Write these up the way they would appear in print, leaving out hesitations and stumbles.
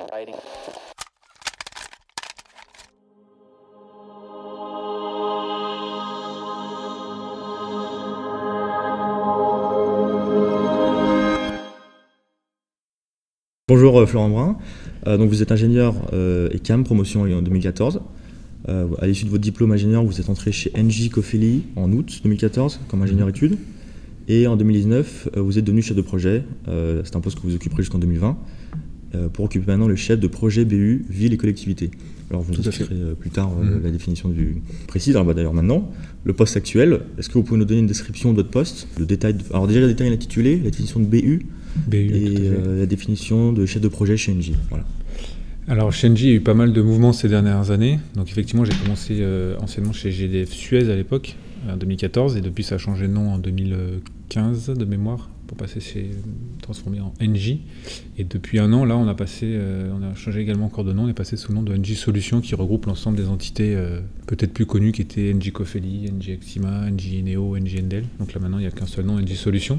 Bonjour Florent Brun, donc vous êtes ingénieur ECAM, promotion en 2014. À l'issue de votre diplôme ingénieur, vous êtes entré chez Engie Cofeli en août 2014 comme ingénieur études. Et en 2019, vous êtes devenu chef de projet. C'est un poste que vous occuperez jusqu'en 2020 pour occuper maintenant le chef de projet BU, ville et collectivité. Alors vous nous expliquerez plus tard la définition précise, d'ailleurs maintenant. Le poste actuel, est-ce que vous pouvez nous donner une description de votre poste, le détail alors déjà le détail de l'intitulé, la définition de BU et la définition de chef de projet chez Engie. Voilà. Alors chez Engie, il y a eu pas mal de mouvements ces dernières années. Donc effectivement, j'ai commencé anciennement chez GDF Suez à l'époque, en 2014, et depuis ça a changé de nom en 2015 de mémoire pour transformé en Engie. Et depuis un an, là, on a changé également encore de nom. On est passé sous le nom de Engie Solutions, qui regroupe l'ensemble des entités peut-être plus connues, qui étaient Engie Cofeli, Engie Axima, Engie Eneo, Engie Endel. Donc là maintenant, il n'y a qu'un seul nom, Engie Solutions.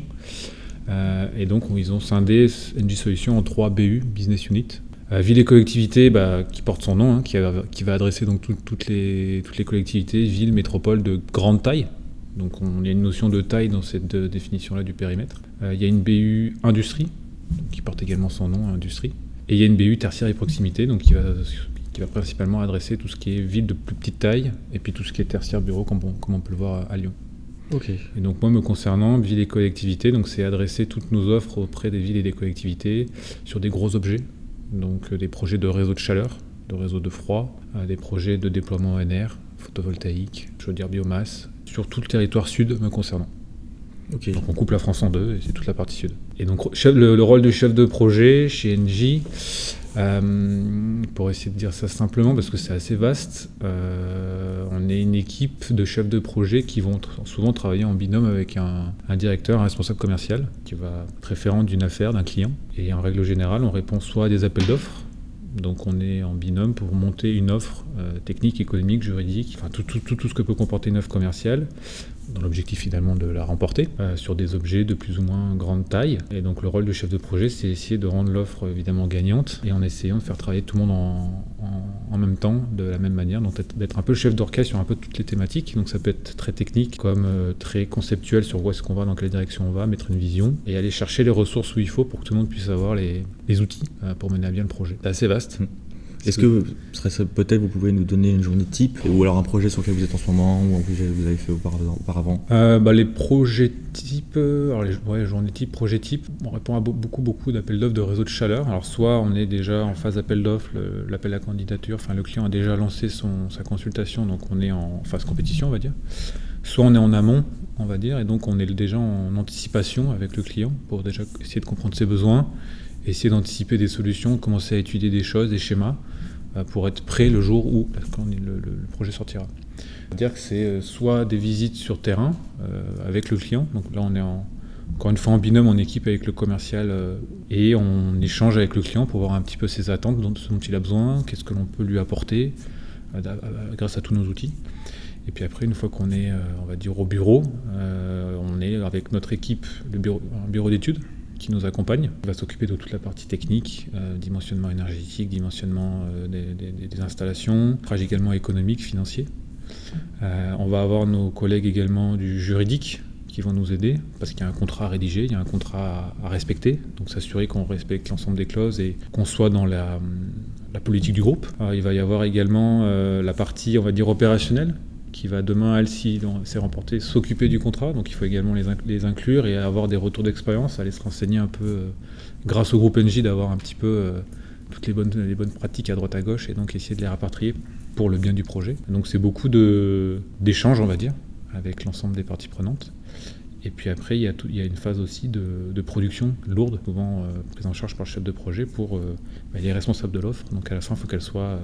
Et donc ils ont scindé Engie Solutions en 3 BU, Business Unit. Ville et collectivité, qui porte son nom, qui va adresser donc toutes les collectivités, villes, métropoles de grande taille. Donc il y a une notion de taille dans cette définition-là du périmètre. Il y a une BU industrie, qui porte également son nom, industrie. Et il y a une BU tertiaire et proximité, donc qui va principalement adresser tout ce qui est ville de plus petite taille, et puis tout ce qui est tertiaire bureau, comme on peut le voir à Lyon. Okay. Et donc moi, me concernant, ville et collectivité, donc c'est adresser toutes nos offres auprès des villes et des collectivités sur des gros objets. Donc des projets de réseau de chaleur, de réseau de froid, des projets de déploiement ONR, photovoltaïque, chaudière biomasse, sur tout le territoire sud me concernant. Okay. Donc on coupe la France en deux et c'est toute la partie sud. Et donc le rôle de chef de projet chez Engie, pour essayer de dire ça simplement parce que c'est assez vaste, on est une équipe de chefs de projet qui vont souvent travailler en binôme avec un directeur, un responsable commercial qui va être référent d'une affaire, d'un client. Et en règle générale, on répond soit à des appels d'offres, donc on est en binôme pour monter une offre technique, économique, juridique, enfin tout ce que peut comporter une offre commerciale, dans l'objectif finalement de la remporter, sur des objets de plus ou moins grande taille. Et donc le rôle de chef de projet, c'est essayer de rendre l'offre évidemment gagnante, et en essayant de faire travailler tout le monde en même temps, de la même manière, donc d'être un peu le chef d'orchestre sur un peu toutes les thématiques. Donc ça peut être très technique, comme très conceptuel sur où est-ce qu'on va, dans quelle direction on va, mettre une vision, et aller chercher les ressources où il faut pour que tout le monde puisse avoir les outils pour mener à bien le projet. C'est assez vaste. Est-ce que peut-être vous pouvez nous donner une journée type, ou alors un projet sur lequel vous êtes en ce moment, ou un projet que vous avez fait auparavant? Les projets types, journée type, projet type, on répond à beaucoup d'appels d'offres de réseau de chaleur. Alors soit on est déjà en phase d'appel d'offres, l'appel à candidature, le client a déjà lancé sa consultation, donc on est en phase compétition, on va dire. Soit on est en amont, on va dire, et donc on est déjà en anticipation avec le client pour déjà essayer de comprendre ses besoins, essayer d'anticiper des solutions, commencer à étudier des choses, des schémas, pour être prêt le jour où le projet sortira. C'est-à-dire que c'est soit des visites sur terrain avec le client, donc là on est encore une fois en binôme, en équipe avec le commercial, et on échange avec le client pour voir un petit peu ses attentes, ce dont il a besoin, qu'est-ce que l'on peut lui apporter grâce à tous nos outils. Et puis après, une fois qu'on est, on va dire, au bureau, on est avec notre équipe, un bureau d'études, qui nous accompagne. Il va s'occuper de toute la partie technique, dimensionnement énergétique, dimensionnement des installations, trajet également économique, financier. On va avoir nos collègues également du juridique qui vont nous aider, parce qu'il y a un contrat à rédiger, il y a un contrat à respecter, donc s'assurer qu'on respecte l'ensemble des clauses et qu'on soit dans la politique du groupe. Alors, il va y avoir également la partie, on va dire, opérationnelle, qui va demain, elle, si c'est remporté, s'occuper du contrat. Donc il faut également les inclure et avoir des retours d'expérience, aller se renseigner un peu, grâce au groupe Engie, d'avoir un petit peu toutes les bonnes pratiques à droite à gauche, et donc essayer de les rapatrier pour le bien du projet. Donc c'est beaucoup d'échanges, on va dire, avec l'ensemble des parties prenantes. Et puis après, il y a une phase aussi de production lourde, souvent prise en charge par le chef de projet pour les responsables de l'offre. Donc à la fin, il faut qu'elle soit,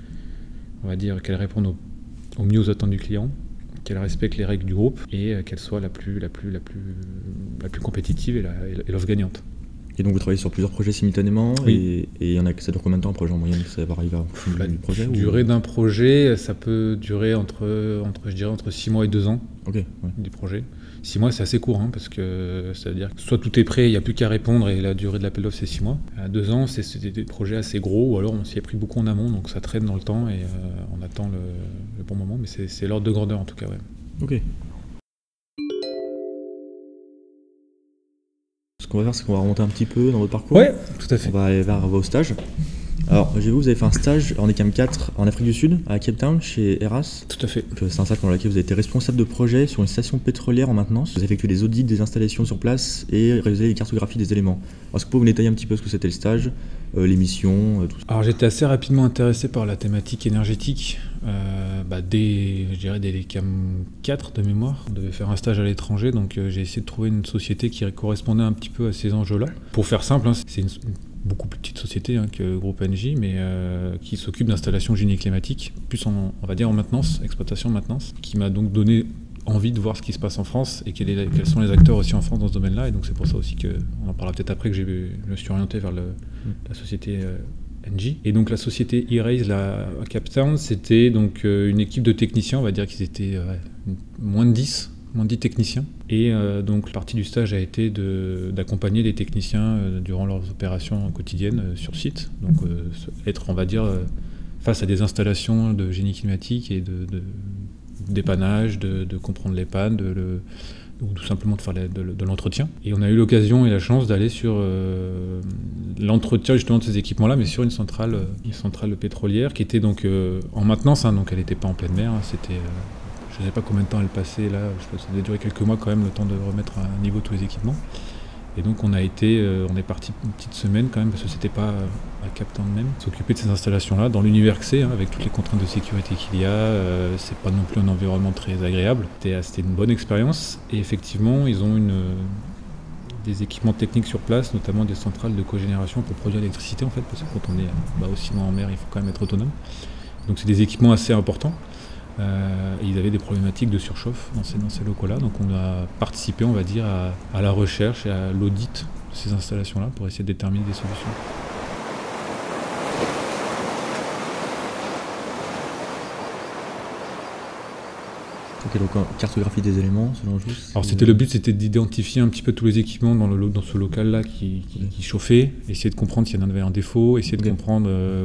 on va dire, qu'elle réponde au mieux aux attentes du client, qu'elle respecte les règles du groupe et qu'elle soit la plus compétitive et l'offre gagnante. Et donc vous travaillez sur plusieurs projets simultanément, Oui. et ça dure combien de temps un projet en moyenne? Ça va arriver en fonction du projet Durée d'un projet, ça peut durer je dirais entre 6 mois et 2 ans, Ok, ouais. du projet. 6 mois, c'est assez court, hein, parce que ça veut dire que soit tout est prêt, il n'y a plus qu'à répondre, et la durée de l'appel d'offres, c'est 6 mois. À 2 ans, c'est des projets assez gros, ou alors on s'y est pris beaucoup en amont, donc ça traîne dans le temps, et on attend le bon moment, mais c'est l'ordre de grandeur en tout cas, ouais. Ok. Ce qu'on va faire, c'est qu'on va remonter un petit peu dans votre parcours. Ouais, tout à fait. On va aller vers vos stages. Alors, j'ai vu, vous avez fait un stage en ECAM 4 en Afrique du Sud, à Cape Town, chez Eras. Tout à fait. C'est un stage pendant lequel vous avez été responsable de projet sur une station pétrolière en maintenance. Vous avez effectué des audits des installations sur place et réalisé les cartographies des éléments. Alors, est-ce que vous pouvez vous détailler un petit peu ce que c'était le stage, les missions, tout ça? Alors j'étais assez rapidement intéressé par la thématique énergétique, dès les CAM 4 de mémoire. On devait faire un stage à l'étranger, donc j'ai essayé de trouver une société qui correspondait un petit peu à ces enjeux-là. Pour faire simple, hein, c'est une beaucoup plus petite société que le groupe NJ, mais qui s'occupe d'installations génie climatiques, plus on va dire en maintenance, exploitation maintenance, qui m'a donc donné envie de voir ce qui se passe en France et quels sont les acteurs aussi en France dans ce domaine-là. Et donc c'est pour ça aussi on en parlera peut-être après, que je me suis orienté vers la société NJ. Et donc la société E-Raise à Cape Town, c'était donc une équipe de techniciens, on va dire qu'ils étaient moins de 10 techniciens. Et donc la partie du stage a été d'accompagner les techniciens durant leurs opérations quotidiennes sur site. Donc être, on va dire, face à des installations de génie climatique et dépannage, de comprendre les pannes, ou tout simplement de faire de l'entretien. Et on a eu l'occasion et la chance d'aller sur l'entretien justement de ces équipements-là, mais sur une centrale pétrolière qui était donc en maintenance, hein, donc elle n'était pas en pleine mer, hein, c'était... je ne sais pas combien de temps elle passait là, ça devait durer quelques mois quand même, le temps de remettre à niveau tous les équipements. Et donc on est parti une petite semaine quand même, parce que c'était pas à Cape Town même, s'occuper de ces installations-là dans l'univers que c'est, hein, avec toutes les contraintes de sécurité qu'il y a. C'est pas non plus un environnement très agréable. C'était une bonne expérience. Et effectivement, ils ont des équipements techniques sur place, notamment des centrales de cogénération pour produire l'électricité en fait, parce que quand on est aussi loin en mer, il faut quand même être autonome. Donc c'est des équipements assez importants. Et ils avaient des problématiques de surchauffe dans ces locaux-là, donc on a participé, on va dire, à la recherche et à l'audit de ces installations-là pour essayer de déterminer des solutions. Ok, donc cartographie des éléments, selon vous. Alors le but, c'était d'identifier un petit peu tous les équipements dans ce local-là qui chauffaient, essayer de comprendre s'il y en avait un défaut, essayer de comprendre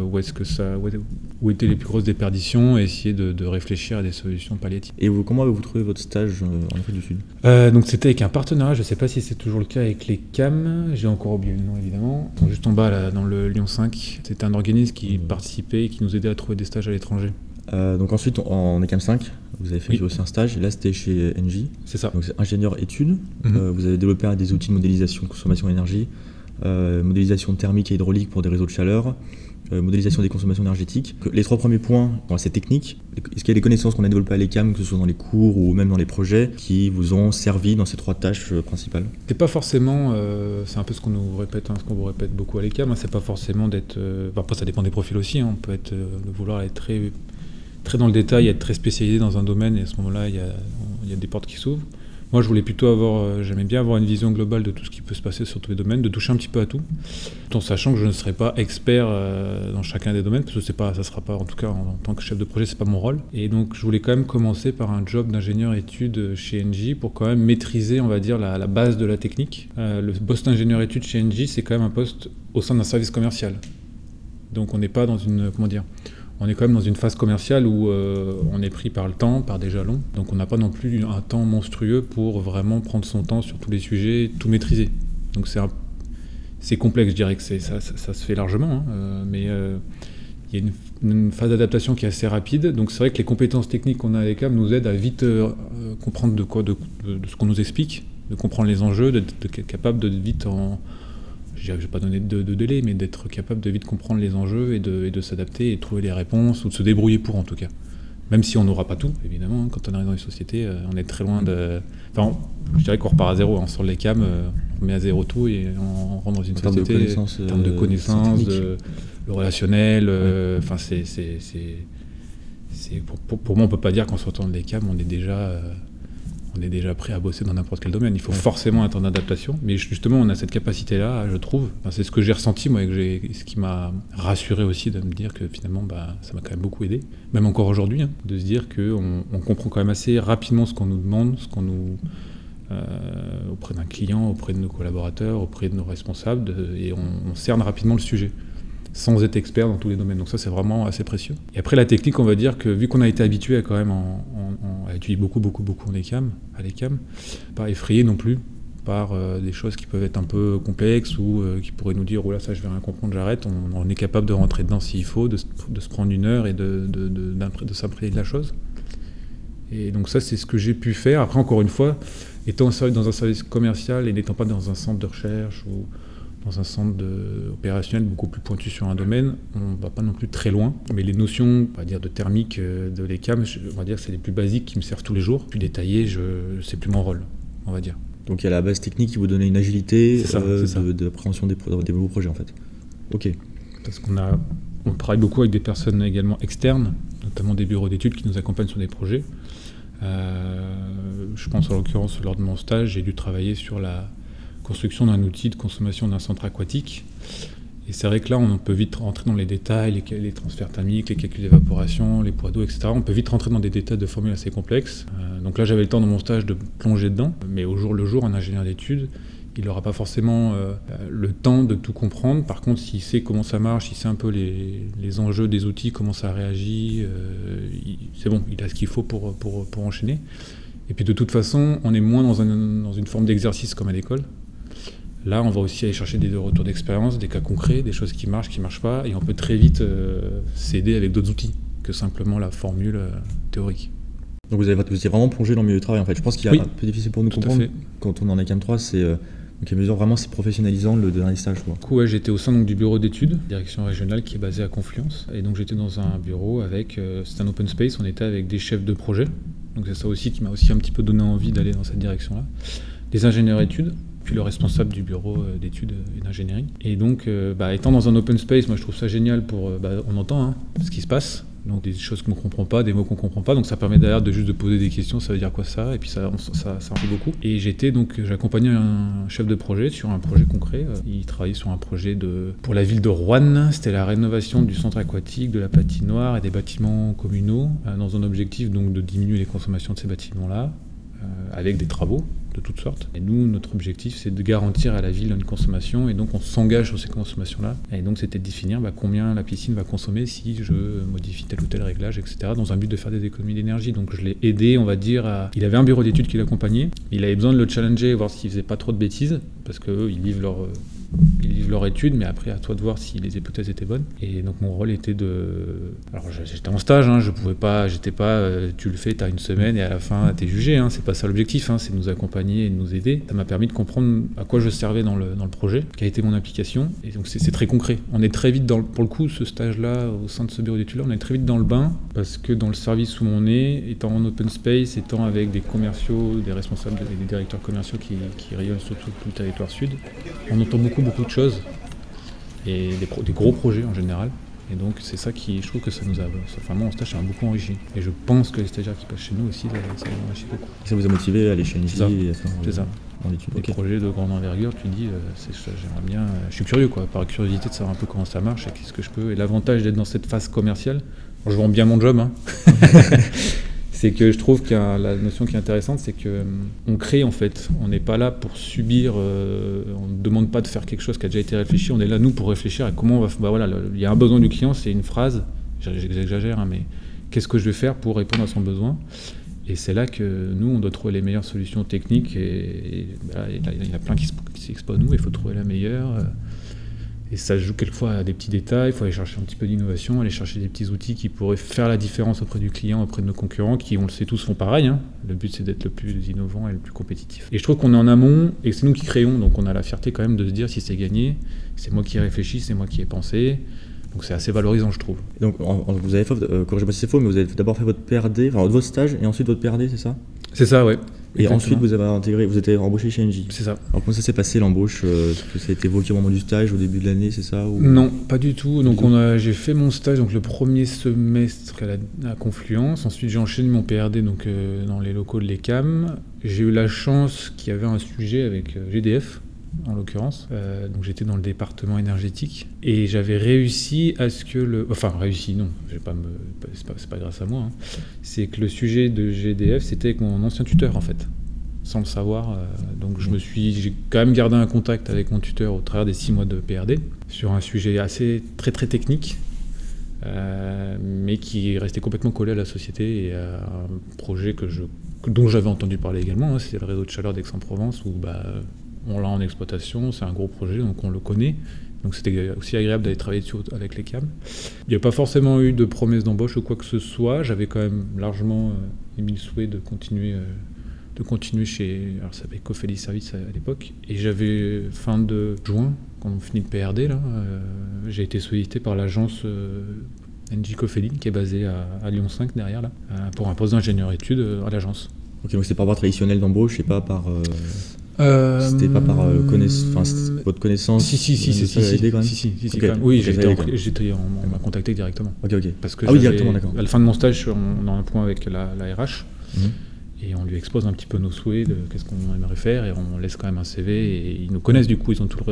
où étaient les plus grosses déperditions, et essayer de réfléchir à des solutions palliatives. Et comment avez-vous trouvé votre stage en Afrique du Sud? Donc c'était avec un partenariat, je ne sais pas si c'est toujours le cas avec les CAM, j'ai encore oublié le nom évidemment, juste en bas là, dans le Lyon 5, c'était un organisme qui participait et qui nous aidait à trouver des stages à l'étranger. Donc ensuite, en ECAM 5, vous avez fait aussi un stage, et là c'était chez NJ. C'est ça. Donc c'est ingénieur études. Vous avez développé des outils de modélisation de consommation d'énergie, modélisation thermique et hydraulique pour des réseaux de chaleur, modélisation des consommations énergétiques. Les 3 premiers points sont assez techniques. Est-ce qu'il y a des connaissances qu'on a développées à l'ECAM, que ce soit dans les cours ou même dans les projets, qui vous ont servi dans ces 3 tâches principales? C'est pas forcément, c'est un peu ce qu'on nous répète, ce qu'on vous répète beaucoup à l'ECAM, c'est pas forcément d'être... après ça dépend des profils aussi, on peut vouloir être très dans le détail, être très spécialisé dans un domaine, et à ce moment-là, il y a des portes qui s'ouvrent. Moi, je voulais plutôt j'aimais bien avoir une vision globale de tout ce qui peut se passer sur tous les domaines, de toucher un petit peu à tout, tout en sachant que je ne serai pas expert dans chacun des domaines, parce que ça sera pas, en tout cas en tant que chef de projet, c'est pas mon rôle. Et donc, je voulais quand même commencer par un job d'ingénieur études chez NJ pour quand même maîtriser, on va dire, la base de la technique. Le poste d'ingénieur études chez NJ, c'est quand même un poste au sein d'un service commercial. Donc, on n'est pas dans on est quand même dans une phase commerciale où on est pris par le temps, par des jalons. Donc on n'a pas non plus un temps monstrueux pour vraiment prendre son temps sur tous les sujets, tout maîtriser. Donc c'est complexe, je dirais que ça se fait largement, mais il y a une phase d'adaptation qui est assez rapide. Donc c'est vrai que les compétences techniques qu'on a à l'ECAM nous aident à vite comprendre de ce qu'on nous explique, de comprendre les enjeux, d'être capable de vite je ne vais pas donner de délai, mais d'être capable de vite comprendre les enjeux et de s'adapter et de trouver les réponses, ou de se débrouiller pour en tout cas. Même si on n'aura pas tout, évidemment, quand on arrive dans les sociétés, on est très loin de... Enfin, je dirais qu'on repart à zéro, on sort les CAM, on met à zéro tout et on rentre dans une société en termes de connaissances, le relationnel, enfin pour moi on ne peut pas dire qu'en sortant de les CAM, on est déjà on est déjà prêt à bosser dans n'importe quel domaine. Il faut forcément un temps d'adaptation. Mais justement, on a cette capacité-là, je trouve. Enfin, c'est ce que j'ai ressenti, moi, et ce qui m'a rassuré aussi de me dire que finalement, ça m'a quand même beaucoup aidé. Même encore aujourd'hui, hein, de se dire qu'on comprend quand même assez rapidement ce qu'on nous demande, ce qu'on nous... auprès d'un client, auprès de nos collaborateurs, auprès de nos responsables, et on cerne rapidement le sujet, sans être expert dans tous les domaines. Donc ça, c'est vraiment assez précieux. Et après, la technique, on va dire que vu qu'on a été habitué quand même à étudier beaucoup en ECAM, à l'ECAM, pas effrayé non plus par des choses qui peuvent être un peu complexes ou qui pourraient nous dire « Oh là, ça, je vais rien comprendre, j'arrête ». On est capable de rentrer dedans s'il faut, de se prendre une heure et de s'imprégner de la chose. Et donc ça, c'est ce que j'ai pu faire. Après, encore une fois, étant dans un service commercial et n'étant pas dans un centre de recherche ou dans un centre opérationnel beaucoup plus pointu sur un domaine, on ne va pas non plus très loin. Mais les notions, on va dire, de thermique de l'ECAM, on va dire c'est les plus basiques qui me servent tous les jours. Plus détaillé, c'est plus mon rôle, on va dire. Donc il y a la base technique qui vous donne une agilité d'appréhension des nouveaux projets en fait. Ok. Parce on travaille beaucoup avec des personnes également externes, notamment des bureaux d'études qui nous accompagnent sur des projets. Je pense en l'occurrence lors de mon stage, j'ai dû travailler sur la construction d'un outil de consommation d'un centre aquatique. Et c'est vrai que là, on peut vite rentrer dans les détails, les transferts thermiques, les calculs d'évaporation, les poids d'eau, etc. On peut vite rentrer dans des détails de formules assez complexes. Donc là, j'avais le temps dans mon stage de plonger dedans. Mais au jour le jour, un ingénieur d'études, il n'aura pas forcément le temps de tout comprendre. Par contre, s'il sait comment ça marche, s'il sait un peu les enjeux des outils, comment ça réagit, c'est bon, il a ce qu'il faut pour enchaîner. Et puis de toute façon, on est moins dans une forme d'exercice comme à l'école. Là, on va aussi aller chercher des retours d'expérience, des cas concrets, des choses qui marchent pas, et on peut très vite s'aider avec d'autres outils que simplement la formule théorique. Donc vous étiez vraiment plongé dans le milieu du travail en fait. Je pense qu'il y a un peu difficile pour nous comprendre quand on est en ECAM 3, c'est donc à mesure vraiment c'est professionnalisant le dernier stage. Du coup, ouais, j'étais au sein donc, du bureau d'études, direction régionale qui est basée à Confluence, et donc j'étais dans un bureau avec, c'est un open space, on était avec des chefs de projet, donc c'est ça aussi qui m'a aussi un petit peu donné envie d'aller dans cette direction-là, des ingénieurs études, puis le responsable du bureau d'études et d'ingénierie. Et donc, étant dans un open space, moi je trouve ça génial on entend ce qui se passe, donc des choses qu'on ne comprend pas, des mots qu'on ne comprend pas, donc ça permet d'ailleurs juste de poser des questions, ça veut dire quoi ça, et puis ça remplit beaucoup. Et j'accompagnais un chef de projet sur un projet concret, il travaillait sur un projet pour la ville de Roanne, c'était la rénovation du centre aquatique, de la patinoire et des bâtiments communaux, dans un objectif donc de diminuer les consommations de ces bâtiments-là, avec des travaux de toutes sortes. Et nous, notre objectif, c'est de garantir à la ville une consommation, et donc on s'engage sur ces consommations-là. Et donc c'était de définir combien la piscine va consommer si je modifie tel ou tel réglage, etc., dans un but de faire des économies d'énergie. Donc je l'ai aidé, on va dire, il avait un bureau d'études qui l'accompagnait, il avait besoin de le challenger, voir s'il faisait pas trop de bêtises, parce qu'eux, ils livrent leur étude, mais après à toi de voir si les hypothèses étaient bonnes. Et donc mon rôle était alors j'étais en stage, je pouvais pas, j'étais pas, tu le fais, t'as une semaine et à la fin t'es jugé, c'est pas ça l'objectif, c'est de nous accompagner et de nous aider. Ça m'a permis de comprendre à quoi je servais dans le projet, quelle a été mon implication, et donc c'est très concret. On est très vite pour le coup, ce stage-là, au sein de ce bureau d'études-là, on est très vite dans le bain, parce que dans le service où on est, étant en open space, étant avec des commerciaux, des responsables et des directeurs commerciaux qui rayonnent sur tout le territoire sud, on entend beaucoup de choses, et des gros projets en général. Et donc c'est ça qui, je trouve que ça nous a, moi en stage ça m'a beaucoup enrichi. Et je pense que les stagiaires qui passent chez nous aussi, ça m'a enrichi beaucoup. Ça vous a motivé à aller chez NJ et à faire dans l'étude. Des projets de grande envergure, tu dis, j'aimerais bien, je suis curieux par curiosité de savoir un peu comment ça marche et qu'est-ce que je peux. Et l'avantage d'être dans cette phase commerciale, je vends bien mon job, c'est que je trouve que la notion qui est intéressante, c'est qu'on crée en fait. On n'est pas là pour subir, on ne demande pas de faire quelque chose qui a déjà été réfléchi, on est là nous pour réfléchir à comment on va... il y a un besoin du client, c'est une phrase, j'exagère, mais qu'est-ce que je vais faire pour répondre à son besoin ? Et c'est là que nous, on doit trouver les meilleures solutions techniques, et il y en a plein qui s'exposent à nous, il faut trouver la meilleure. Et ça se joue quelquefois à des petits détails, il faut aller chercher un petit peu d'innovation, aller chercher des petits outils qui pourraient faire la différence auprès du client, auprès de nos concurrents, qui, on le sait tous, font pareil. Le but, c'est d'être le plus innovant et le plus compétitif. Et je trouve qu'on est en amont, et c'est nous qui créons, donc on a la fierté quand même de se dire si c'est gagné, c'est moi qui ai réfléchi, c'est moi qui ai pensé. Donc c'est assez valorisant, je trouve. Et donc vous avez fait, corrigez-moi si c'est faux, mais vous avez d'abord fait votre PRD, enfin votre stage, et ensuite votre PRD, c'est ça ? C'est ça, ouais. Et Exactement. ensuite, vous êtes embauché chez Engie. C'est ça. Alors comment ça s'est passé l'embauche? Est-ce que ça a été évoqué au moment du stage, au début de l'année, c'est ça ou... Non, pas du tout. Donc j'ai fait mon stage donc le premier semestre à Confluence. Ensuite j'ai enchaîné mon PRD donc dans les locaux de l'ECAM. J'ai eu la chance qu'il y avait un sujet avec GDF en l'occurrence. Donc j'étais dans le département énergétique et j'avais réussi à ce que non, c'est pas grâce à moi. Hein. C'est que le sujet de GDF c'était avec mon ancien tuteur en fait. Sans le savoir, donc j'ai quand même gardé un contact avec mon tuteur au travers des 6 mois de PRD sur un sujet très très technique, mais qui restait complètement collé à la société et à un projet dont j'avais entendu parler également, hein, c'est le réseau de chaleur d'Aix-en-Provence où on l'a en exploitation, c'est un gros projet donc on le connaît. Donc c'était aussi agréable d'aller travailler dessus avec l'ECAM. Il n'y a pas forcément eu de promesse d'embauche ou quoi que ce soit, j'avais quand même largement émis le souhait de continuer alors ça s'appelait Cofeli Service à l'époque, et j'avais fin de juin, quand on finit le PRD, j'ai été sollicité par l'agence Engie Cofeli, qui est basée à Lyon 5 derrière, là, pour un poste d'ingénieur études à l'agence. Ok, donc c'était par voie traditionnelle d'embauche et pas par... C'était pas par votre connaissance. Si, okay. Quand même. Oui, on m'a contacté directement. Ok. Parce que directement, d'accord. À la fin de mon stage, on a un point avec la RH. Et on lui expose un petit peu nos souhaits de qu'est-ce qu'on aimerait faire et on laisse quand même un CV et ils nous connaissent du coup, ils ont tout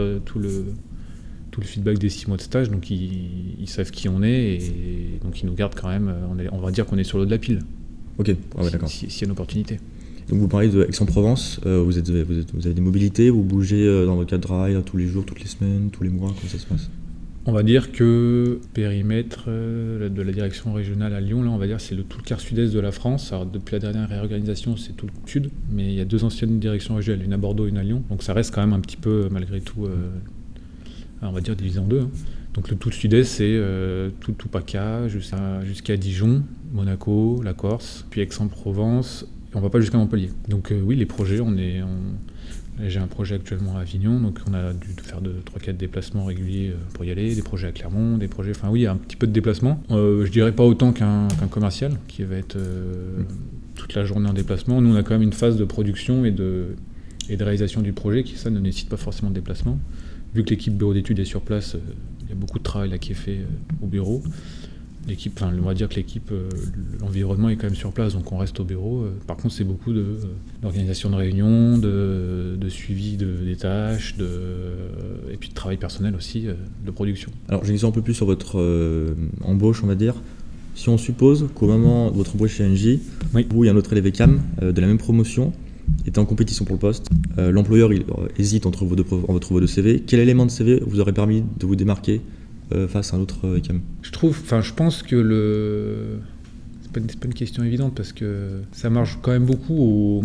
le feedback des 6 mois de stage, donc ils savent qui on est et donc ils nous gardent quand même, on va dire qu'on est sur le haut de la pile. Ok, d'accord. S'il y a une opportunité. Donc vous parlez d'Aix-en-Provence, vous avez des mobilités, vous bougez dans votre cadre de travail tous les jours, toutes les semaines, tous les mois, comment ça se passe? On va dire que périmètre de la direction régionale à Lyon, là, on va dire c'est tout le quart sud-est de la France. Alors depuis la dernière réorganisation, c'est tout le sud, mais il y a 2 anciennes directions régionales, une à Bordeaux et une à Lyon. Donc ça reste quand même un petit peu, malgré tout, on va dire divisé en 2. Hein. Donc tout le sud-est, c'est tout PACA jusqu'à Dijon, Monaco, la Corse, puis Aix-en-Provence, et on va pas jusqu'à Montpellier. Donc oui, les projets, j'ai un projet actuellement à Avignon, donc on a dû faire 3-4 déplacements réguliers pour y aller, des projets à Clermont, des projets... Enfin oui, il y a un petit peu de déplacement. Je dirais pas autant qu'un commercial, qui va être toute la journée en déplacement. Nous, on a quand même une phase de production et de réalisation du projet qui, ça, ne nécessite pas forcément de déplacement. Vu que l'équipe bureau d'études est sur place, il y a beaucoup de travail là qui est fait au bureau. On va dire que l'équipe, l'environnement est quand même sur place, donc on reste au bureau. Par contre, c'est beaucoup d'organisation de réunions, de suivi des tâches, et puis de travail personnel aussi, de production. Alors, j'ai une question un peu plus sur votre embauche, on va dire. Si on suppose qu'au moment de votre embauche chez Engie, oui. Vous et un autre élève ECAM de la même promotion étaient en compétition pour le poste, l'employeur hésite entre votre vos 2 CV, quel élément de CV vous aurait permis de vous démarquer face à un autre ECAM? Je pense que c'est pas une question évidente parce que ça marche quand même beaucoup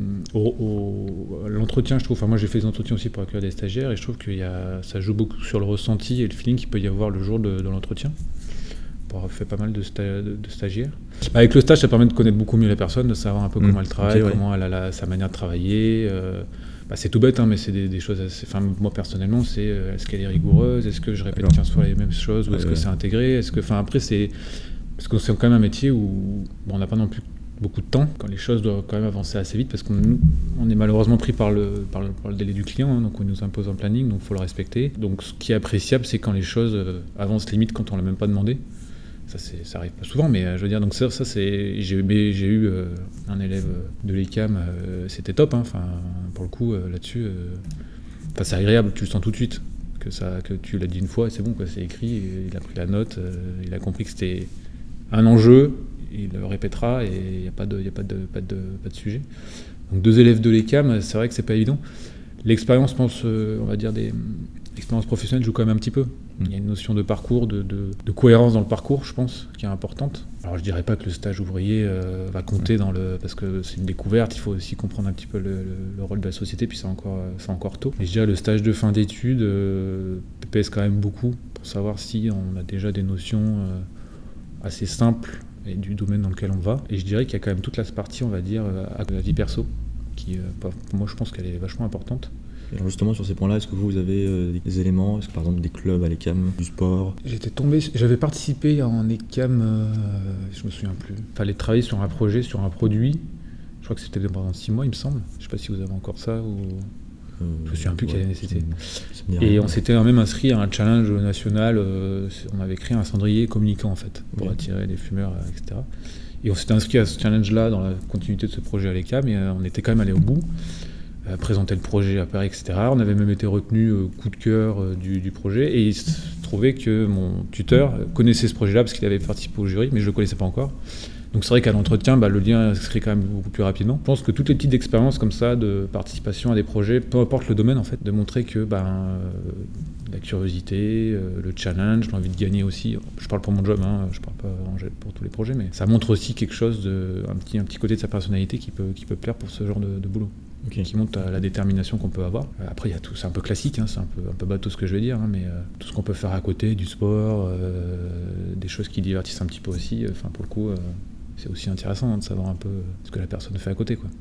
à l'entretien, je trouve. Enfin, moi, j'ai fait des entretiens aussi pour accueillir des stagiaires et je trouve que ça joue beaucoup sur le ressenti et le feeling qu'il peut y avoir le jour de l'entretien. Pour avoir fait pas mal de stagiaires. Avec le stage, ça permet de connaître beaucoup mieux la personne, de savoir un peu comment elle travaille, comment elle a sa manière de travailler. C'est tout bête, hein, mais c'est des choses assez... Enfin, moi, personnellement, c'est est-ce qu'elle est rigoureuse? Est-ce que je répète 15 fois les mêmes choses? Ou est-ce que c'est intégré? Après, c'est... Parce que c'est quand même un métier où on n'a pas non plus beaucoup de temps, quand les choses doivent quand même avancer assez vite, parce qu'on est malheureusement pris par le délai du client, hein, donc on nous impose un planning, donc il faut le respecter. Donc ce qui est appréciable, c'est quand les choses avancent limite quand on ne l'a même pas demandé. Ça arrive pas souvent, mais je veux dire, donc ça c'est... J'ai eu un élève de l'ECAM, c'était top, hein, pour le coup, là-dessus, c'est agréable, tu le sens tout de suite, que tu l'as dit une fois, et c'est bon, c'est écrit, il a pris la note, il a compris que c'était un enjeu, il le répétera, et il n'y a pas de sujet. Donc 2 élèves de l'ECAM, c'est vrai que c'est pas évident. L'expérience, je pense, on va dire l'expérience professionnelle joue quand même un petit peu. Il y a une notion de parcours, de cohérence dans le parcours, je pense, qui est importante. Alors je dirais pas que le stage ouvrier va compter parce que c'est une découverte, il faut aussi comprendre un petit peu le rôle de la société, puis c'est encore tôt. Mais je dirais le stage de fin d'études pèse quand même beaucoup pour savoir si on a déjà des notions assez simples et du domaine dans lequel on va. Et je dirais qu'il y a quand même toute la partie, on va dire, à la vie perso, qui, pour moi, je pense qu'elle est vachement importante. Alors justement, sur ces points-là, est-ce que vous avez des éléments? Est-ce que par exemple des clubs à l'ECAM, du sport? J'avais participé en ECAM, je me souviens plus. Il fallait travailler sur un projet, sur un produit, Je crois que c'était pendant 6 mois, il me semble. Je ne sais pas si vous avez encore ça ou... je me souviens plus quelle année c'était. Et on s'était même inscrit à un challenge national. On avait créé un cendrier communicant en fait pour attirer les fumeurs, etc. Et on s'était inscrit à ce challenge-là dans la continuité de ce projet à l'ECA, mais on était quand même allé au bout, présenter le projet à Paris, etc. On avait même été retenu coup de cœur du projet, et il se trouvait que mon tuteur connaissait ce projet-là parce qu'il avait participé au jury, mais je le connaissais pas encore. Donc c'est vrai qu'à l'entretien, le lien se crée quand même beaucoup plus rapidement. Je pense que toutes les petites expériences comme ça de participation à des projets, peu importe le domaine en fait, de montrer que la curiosité, le challenge, l'envie de gagner aussi. Je parle pour mon job, je parle pas pour tous les projets, mais ça montre aussi quelque chose un petit côté de sa personnalité qui peut plaire pour ce genre de boulot. Okay. Qui montre la détermination qu'on peut avoir. Après, il y a tout, c'est un peu classique, c'est un peu bateau ce que je vais dire, mais tout ce qu'on peut faire à côté, du sport, des choses qui divertissent un petit peu aussi. Pour le coup, c'est aussi intéressant de savoir un peu ce que la personne fait à côté, quoi.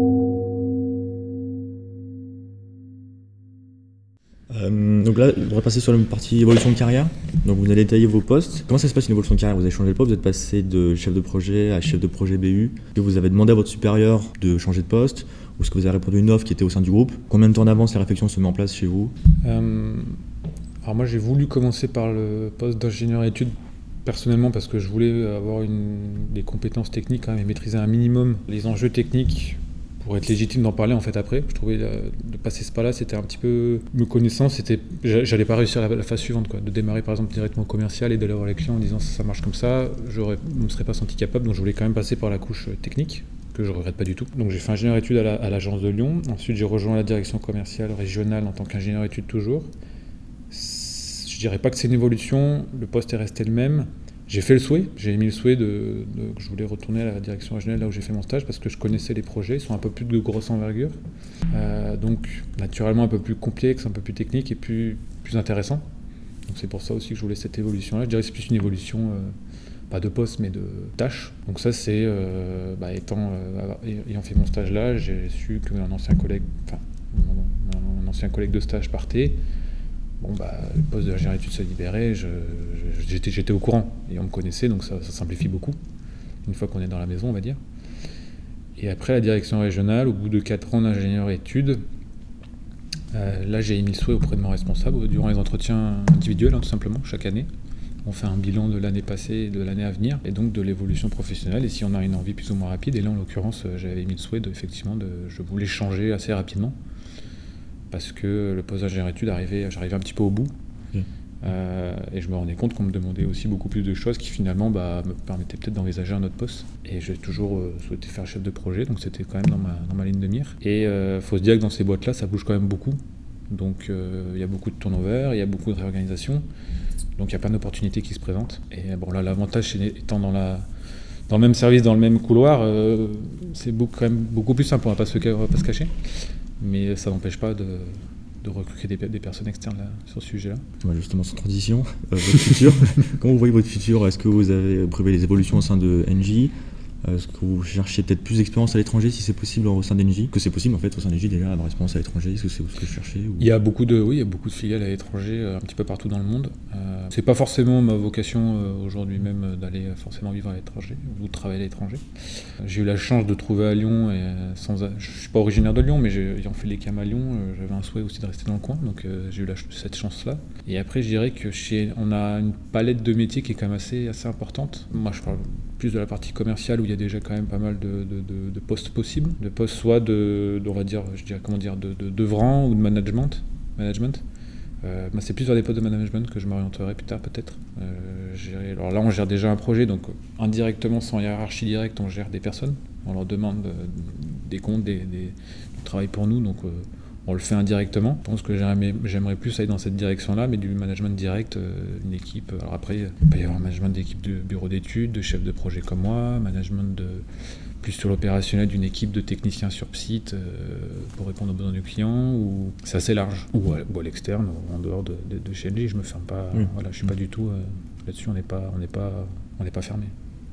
Donc là, on va passer sur la partie évolution de carrière. Donc vous allez détailler vos postes. Comment ça se passe une évolution de carrière? Vous avez changé de poste, vous êtes passé de chef de projet à chef de projet BU. Est-ce que vous avez demandé à votre supérieur de changer de poste? Ou est-ce que vous avez répondu à une offre qui était au sein du groupe? Combien de temps d'avance la réflexion se met en place chez vous? Alors moi j'ai voulu commencer par le poste d'ingénieur études personnellement parce que je voulais avoir des compétences techniques quand même et maîtriser un minimum les enjeux techniques pour être légitime d'en parler en fait après. Je trouvais de passer ce pas-là, c'était un petit peu me connaissant, j'allais pas réussir la phase suivante, quoi, de démarrer par exemple directement commercial et d'aller voir les clients en disant ça marche comme ça, je ne me serais pas senti capable, donc je voulais quand même passer par la couche technique, que je regrette pas du tout. Donc j'ai fait ingénieur études à l'agence de Lyon, ensuite j'ai rejoint la direction commerciale régionale en tant qu'ingénieur études toujours. Je dirais pas que c'est une évolution, le poste est resté le même. J'ai fait le souhait, j'ai émis le souhait que je voulais retourner à la direction régionale là où j'ai fait mon stage parce que je connaissais les projets, ils sont un peu plus de grosse envergure, donc naturellement un peu plus complexe, un peu plus technique et plus intéressant. Donc c'est pour ça aussi que je voulais cette évolution là. Je dirais que c'est plus une évolution, pas de poste mais de tâche. Donc ça c'est, ayant fait mon stage là, j'ai su que mon ancien collègue de stage partait. Le poste de l'ingénieur études se libérait, j'étais au courant et on me connaissait, donc ça simplifie beaucoup, une fois qu'on est dans la maison, on va dire. Et après la direction régionale, au bout de 4 ans d'ingénieur études, là j'ai émis le souhait auprès de mon responsable, durant les entretiens individuels, tout simplement, chaque année. On fait un bilan de l'année passée et de l'année à venir, et donc de l'évolution professionnelle, et si on a une envie plus ou moins rapide, et là en l'occurrence j'avais émis le souhait je voulais changer assez rapidement, parce que le poste d'ingénieur études j'arrivais un petit peu au bout. Et je me rendais compte qu'on me demandait aussi beaucoup plus de choses qui finalement me permettaient peut-être d'envisager un autre poste. Et j'ai toujours souhaité faire chef de projet, donc c'était quand même dans ma ligne de mire. Et faut se dire que dans ces boîtes-là, ça bouge quand même beaucoup. Donc il y a beaucoup de turnover, il y a beaucoup de réorganisation, donc il y a plein d'opportunités qui se présentent. Et là, l'avantage étant dans le même service, dans le même couloir, c'est quand même beaucoup plus simple, on va pas se cacher. Mais ça n'empêche pas de recruter des personnes externes là, sur ce sujet-là. Ouais, justement, sans transition, votre futur. Comment vous voyez votre futur? Est-ce que vous avez prévu des évolutions au sein de Engie? Est-ce que vous cherchez peut-être plus d'expérience à l'étranger si c'est possible au sein d'Engie? Que c'est possible en fait au sein d'Engie déjà d'avoir l'expérience à l'étranger? Est-ce que c'est ce que vous cherchez ou... Il y a beaucoup de filiales à l'étranger, un petit peu partout dans le monde. C'est pas forcément ma vocation aujourd'hui même d'aller forcément vivre à l'étranger ou de travailler à l'étranger. J'ai eu la chance de trouver à Lyon, je suis pas originaire de Lyon, mais ayant fait l'ECAM à Lyon, j'avais un souhait aussi de rester dans le coin, donc j'ai eu cette chance-là. Et après, je dirais que on a une palette de métiers qui est quand même assez importante. Moi, je parle plus de la partie commerciale où il y a déjà quand même pas mal de postes possibles, de postes soit d'œuvrant ou de management. C'est plus vers des postes de management que je m'orienterai plus tard peut-être. Alors là on gère déjà un projet, donc indirectement sans hiérarchie directe on gère des personnes, on leur demande des comptes, du travail pour nous, donc on le fait indirectement. Je pense que j'aimerais plus aller dans cette direction-là, mais du management direct, une équipe. Alors après, il peut y avoir un management d'équipe de bureau d'études, de chef de projet comme moi, management plus sur l'opérationnel d'une équipe de techniciens sur site pour répondre aux besoins du client, ou c'est assez large. Ou à l'externe, en dehors de chez Engie, je me ferme pas. Oui. Voilà, je suis pas du tout là-dessus. On n'est pas fermé.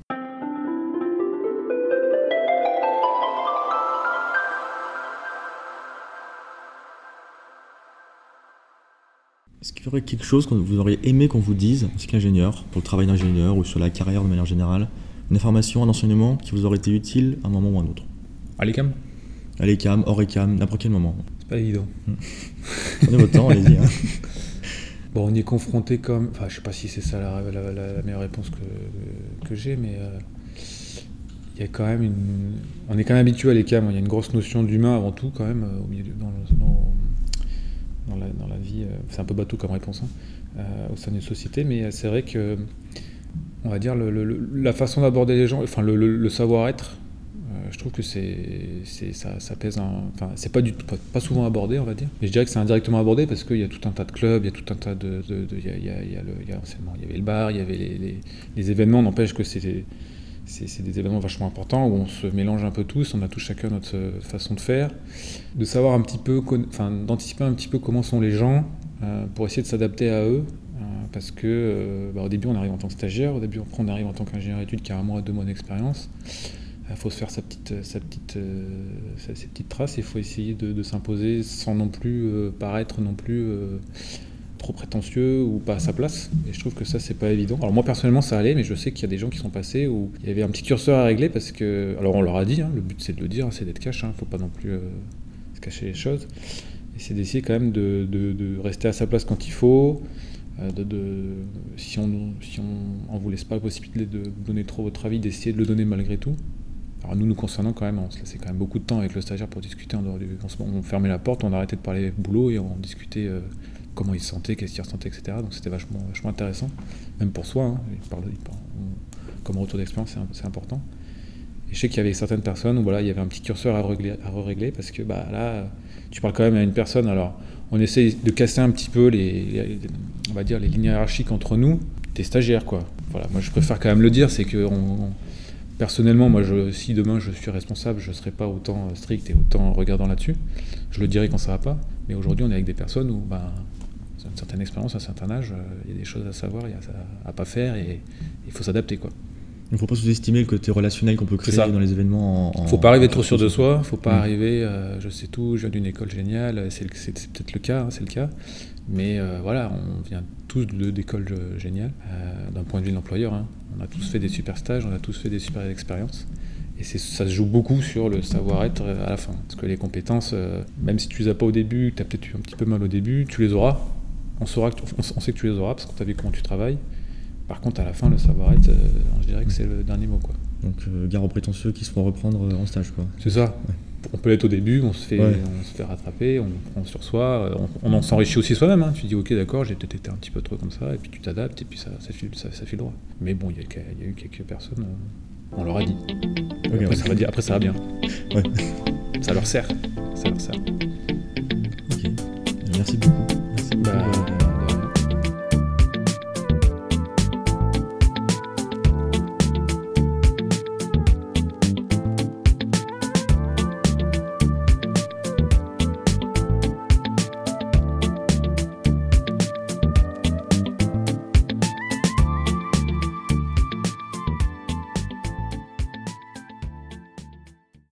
Est-ce qu'il y aurait quelque chose que vous auriez aimé qu'on vous dise en tant qu'ingénieur, pour le travail d'ingénieur ou sur la carrière de manière générale, une information, un enseignement qui vous aurait été utile à un moment ou à un autre? À l'ECAM ? À l'ECAM, hors ECAM, n'importe quel moment. C'est pas évident. Prenez votre temps, allez-y. Hein. Bon, on y est confronté comme... Enfin, je sais pas si c'est ça la meilleure réponse que j'ai, mais il y a quand même on est quand même habitué à l'ECAM. Il y a une grosse notion d'humain avant tout, quand même, au milieu dans la vie. C'est un peu bateau comme réponse, au sein d'une société, mais c'est vrai que, on va dire, la façon d'aborder les gens, enfin, le savoir-être, je trouve que ça pèse enfin, c'est pas souvent abordé, on va dire. Mais je dirais que c'est indirectement abordé parce qu'il y a tout un tas de clubs, il y a tout un tas il y avait le bar, il y avait les événements, n'empêche que c'est des événements vachement importants où on se mélange un peu tous, on a tous chacun notre façon de faire, de savoir un petit peu, d'anticiper un petit peu comment sont les gens pour essayer de s'adapter à eux. Parce que au début on arrive en tant que stagiaire, au début on arrive en tant qu'ingénieur études qui a 1 mois, 2 mois d'expérience. Il faut se faire ses petites traces, il faut essayer de s'imposer sans non plus paraître non plus trop prétentieux ou pas à sa place. Et je trouve que ça, c'est pas évident. Alors moi personnellement ça allait, mais je sais qu'il y a des gens qui sont passés où il y avait un petit curseur à régler parce que, alors on leur a dit, le but c'est de le dire, c'est d'être cash, faut pas non plus se cacher les choses. Et c'est d'essayer quand même de rester à sa place quand il faut. Si on vous laisse pas la possibilité de donner trop votre avis, d'essayer de le donner malgré tout. Alors nous concernant quand même, on se laissait quand même beaucoup de temps avec le stagiaire pour discuter en dehors on fermait la porte, on arrêtait de parler boulot et on discutait comment il se sentait, qu'est-ce qu'il ressentait, etc. Donc c'était vachement intéressant, même pour soi, comme retour d'expérience c'est important. Et je sais qu'il y avait certaines personnes où il y avait un petit curseur à régler parce que là tu parles quand même à une personne, alors on essaie de casser un petit peu on va dire les lignes hiérarchiques entre nous, t'es stagiaire quoi. Voilà, moi je préfère quand même le dire, c'est que personnellement, moi, si demain je suis responsable, je ne serai pas autant strict et autant regardant là-dessus. Je le dirai quand ça ne va pas. Mais aujourd'hui, on est avec des personnes où, une certaine expérience, à un certain âge, il y a des choses à savoir, il y a à pas faire et il faut s'adapter, quoi. Il ne faut pas sous-estimer le côté relationnel qu'on peut créer dans les événements. Il ne faut pas arriver trop sûr de soi, il ne faut pas arriver, je sais tout, je viens d'une école géniale, c'est peut-être le cas, c'est le cas. Mais on vient tous d'écoles géniales, d'un point de vue de l'employeur. On a tous fait des super stages, on a tous fait des super expériences. Et ça se joue beaucoup sur le savoir-être à la fin. Parce que les compétences, même si tu les as pas au début, tu as peut-être eu un petit peu mal au début, tu les auras. On sait que tu les auras parce qu'on t'a vu comment tu travailles. Par contre, à la fin, le savoir-être, je dirais que c'est le dernier mot, quoi. Donc, gare aux prétentieux qui se font reprendre en stage, quoi. C'est ça. Ouais. On peut l'être au début, on se fait rattraper, on prend sur soi, on en s'enrichit aussi soi-même. Tu dis ok d'accord, j'ai peut-être été un petit peu trop comme ça, et puis tu t'adaptes, et puis ça file droit. Mais bon, il y a eu quelques personnes, on leur a dit. Okay, après ça va bien. Ouais. Ça leur sert.